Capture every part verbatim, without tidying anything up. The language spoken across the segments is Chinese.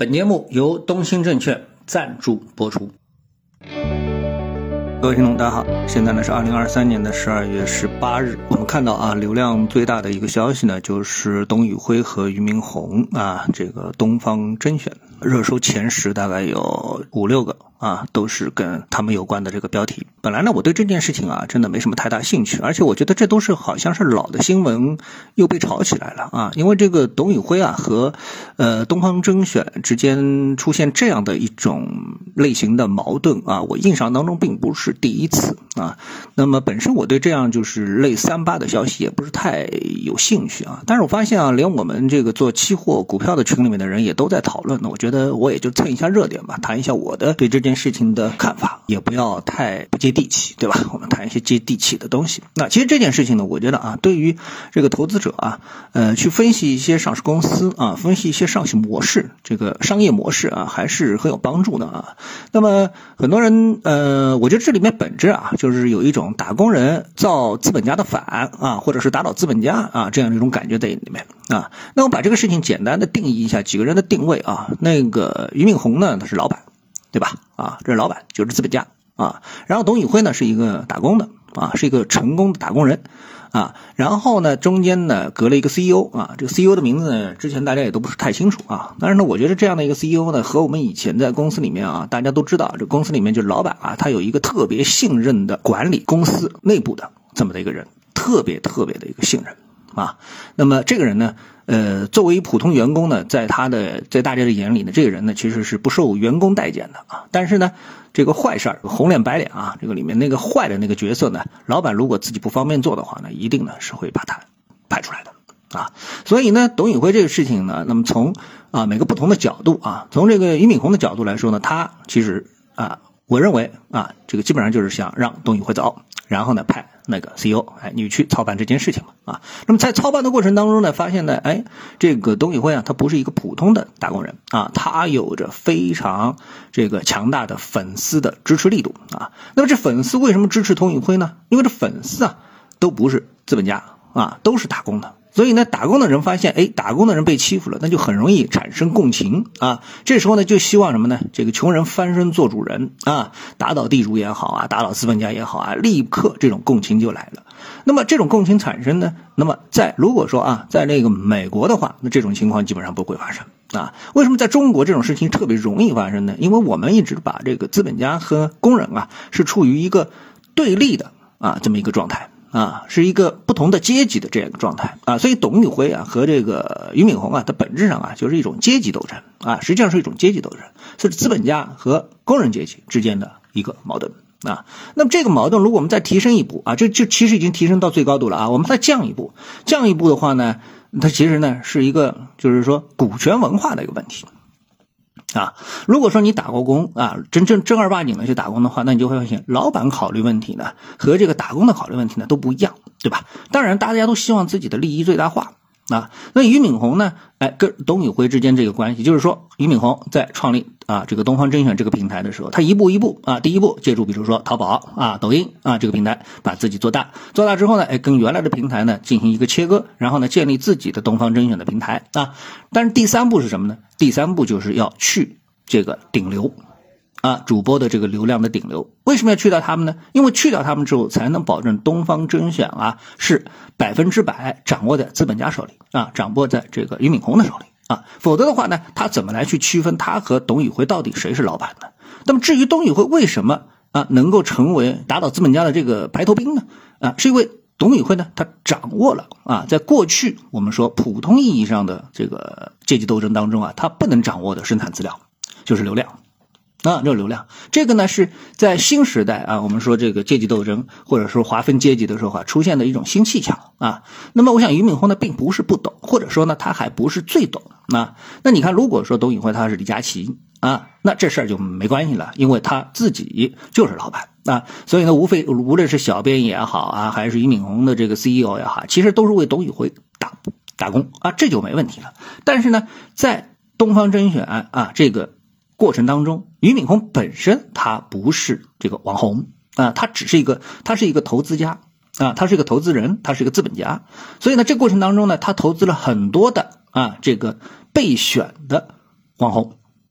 本节目由东兴证券赞助播出。各位听众大家好，现在呢是二零二三年的十二月十八日。我们看到啊，流量最大的一个消息呢，就是董宇辉和俞敏洪啊，这个东方甄选热搜前十大概有五六个啊，都是跟他们有关的这个标题。本来呢，我对这件事情啊，真的没什么太大兴趣，而且我觉得这都是好像是老的新闻又被炒起来了啊。因为这个董宇辉啊和呃东方甄选之间出现这样的一种类型的矛盾啊，我印象当中并不是第一次啊。那么本身我对这样就是类三八的消息也不是太有兴趣啊。但是我发现啊，连我们这个做期货股票的群里面的人也都在讨论，那我觉得我也就蹭一下热点吧，谈一下我的对这件事情的看法，也不要太不接地气，对吧？我们谈一些接地气的东西。那其实这件事情呢，我觉得啊，对于这个投资者啊，呃，去分析一些上市公司啊，分析一些上市模式，这个商业模式啊，还是很有帮助的啊。那么很多人呃，我觉得这里面本质啊，就是有一种打工人造资本家的反啊，或者是打倒资本家啊，这样的一种感觉在里面啊。那我把这个事情简单的定义一下，几个人的定位啊。那个俞敏洪呢，他是老板，对吧？啊，这是老板，就是资本家啊。然后董宇辉呢是一个打工的啊，是一个成功的打工人啊。然后呢，中间呢隔了一个 C E O 啊，这个 C E O 的名字呢，之前大家也都不是太清楚啊。但是呢，我觉得这样的一个 C E O 呢，和我们以前在公司里面啊，大家都知道，这公司里面就是老板啊，他有一个特别信任的管理公司内部的这么的一个人，特别特别的一个信任啊。那么这个人呢，呃，作为普通员工呢，在他的在大家的眼里呢，这个人呢其实是不受员工待见的啊。但是呢，这个坏事儿红脸白脸啊，这个里面那个坏的那个角色呢，老板如果自己不方便做的话呢，一定呢是会把他派出来的啊。所以呢，董宇辉这个事情呢，那么从啊每个不同的角度啊，从这个俞敏洪的角度来说呢，他其实啊，我认为啊，这个基本上就是想让董宇辉走，然后呢派那个 C E O 哎你去操办这件事情嘛啊。那么在操办的过程当中呢，发现呢，哎，这个董宇辉啊，他不是一个普通的打工人啊，他有着非常这个强大的粉丝的支持力度啊。那么这粉丝为什么支持董宇辉呢？因为这粉丝啊都不是资本家啊，都是打工的。所以呢，打工的人发现，哎，打工的人被欺负了，那就很容易产生共情啊。这时候呢，就希望什么呢？这个穷人翻身做主人啊，打倒地主也好啊，打倒资本家也好啊，立刻这种共情就来了。那么这种共情产生呢，那么在如果说啊，在那个美国的话，那这种情况基本上不会发生啊。为什么在中国这种事情特别容易发生呢？因为我们一直把这个资本家和工人啊是处于一个对立的啊这么一个状态。啊，是一个不同的阶级的这样一个状态啊，所以董宇辉啊和这个俞敏洪啊，它本质上啊就是一种阶级斗争啊，实际上是一种阶级斗争，是资本家和工人阶级之间的一个矛盾啊。那么这个矛盾，如果我们再提升一步啊，这这其实已经提升到最高度了啊，我们再降一步，降一步的话呢，它其实呢是一个就是说股权文化的一个问题。啊，如果说你打过工啊，真正正儿八经的去打工的话，那你就会发现，老板考虑问题呢，和这个打工的考虑问题呢都不一样，对吧？当然，大家都希望自己的利益最大化啊。那俞敏洪呢，哎，跟董宇辉之间这个关系，就是说，俞敏洪在创立啊这个东方甄选这个平台的时候，他一步一步啊，第一步借助比如说淘宝啊、抖音啊这个平台，把自己做大，做大之后呢，哎，跟原来的平台呢进行一个切割，然后呢建立自己的东方甄选的平台啊。但是第三步是什么呢？第三步就是要去这个顶流啊，主播的这个流量的顶流。为什么要去掉他们呢？因为去掉他们之后，才能保证东方甄选啊是百分之百掌握在资本家手里啊，掌握在这个俞敏洪的手里啊。否则的话呢，他怎么来去区分他和董宇辉到底谁是老板呢？那么至于董宇辉为什么啊能够成为打倒资本家的这个排头兵呢？啊，是因为董宇辉呢，他掌握了啊，在过去我们说普通意义上的这个阶级斗争当中啊，他不能掌握的生产资料就是流量啊，这流量，这个呢是在新时代啊，我们说这个阶级斗争或者说划分阶级的时候啊，出现的一种新技巧啊。那么我想俞敏洪呢，并不是不懂，或者说呢，他还不是最懂啊。那你看，如果说董宇辉他是李佳琦啊，那这事儿就没关系了，因为他自己就是老板啊，所以呢，无非无论是小编也好啊，还是俞敏洪的这个 C E O 也好，其实都是为董宇辉打打工啊，这就没问题了。但是呢，在东方甄选啊这个过程当中，俞敏洪本身他不是这个网红啊，他只是一个他是一个投资家啊，他是一个投资人，他是一个资本家，所以呢，这过程当中呢，他投资了很多的啊这个备选的网红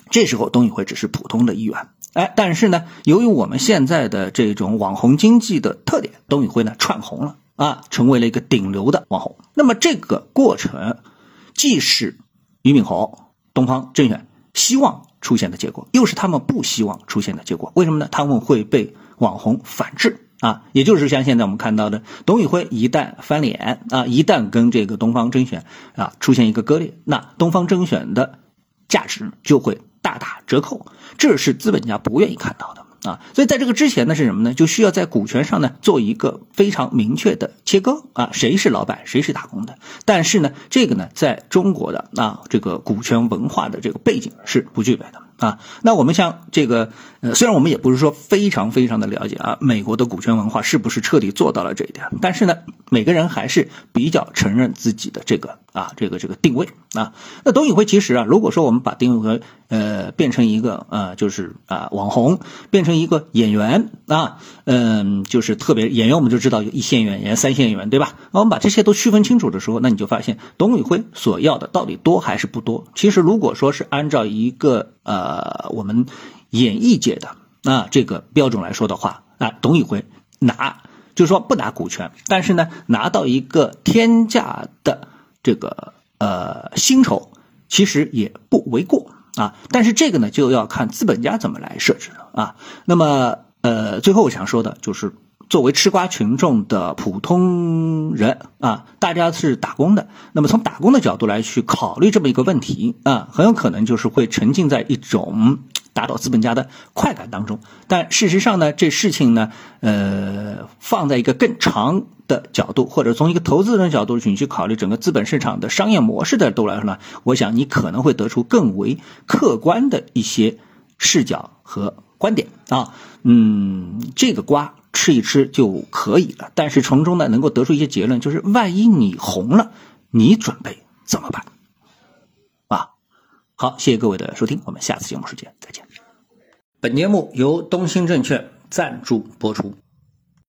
这时候董宇辉只是普通的议员，哎，但是呢，由于我们现在的这种网红经济的特点，董宇辉呢窜红了啊，成为了一个顶流的网红。那么这个过程，既是俞敏洪、东方甄选希望出现的结果，又是他们不希望出现的结果。为什么呢？他们会被网红反制啊，也就是像现在我们看到的，董宇辉一旦翻脸啊，一旦跟这个东方甄选啊出现一个割裂，那东方甄选的价值就会大打折扣，这是资本家不愿意看到的啊。所以在这个之前呢是什么呢？就需要在股权上呢做一个非常明确的切割啊，谁是老板，谁是打工的。但是呢，这个呢在中国的啊这个股权文化的这个背景是不具备的。啊，那我们像这个，呃，虽然我们也不是说非常非常的了解啊，美国的股权文化是不是彻底做到了这一点？但是呢，每个人还是比较承认自己的这个啊，这个这个定位啊。那董宇辉其实啊，如果说我们把董宇辉呃变成一个呃就是啊网红，变成一个演员啊，嗯、呃，就是特别演员我们就知道有一线演员、三线演员，对吧？那我们把这些都区分清楚的时候，那你就发现董宇辉所要的到底多还是不多？其实如果说是按照一个呃，我们演艺界的啊这个标准来说的话啊，董宇辉拿就是说不拿股权，但是呢拿到一个天价的这个呃薪酬，其实也不为过啊。但是这个呢就要看资本家怎么来设置了啊。那么呃，最后我想说的就是，作为吃瓜群众的普通人啊，大家是打工的，那么从打工的角度来去考虑这么一个问题啊，很有可能就是会沉浸在一种打倒资本家的快感当中。但事实上呢，这事情呢，呃，放在一个更长的角度，或者从一个投资人的角度去去考虑整个资本市场的商业模式的角度来说呢，我想你可能会得出更为客观的一些视角和观点啊。嗯，这个瓜吃一吃就可以了，但是从中呢能够得出一些结论，就是万一你红了，你准备怎么办啊？好，谢谢各位的收听，我们下次节目时间再见。本节目由东兴证券赞助播出。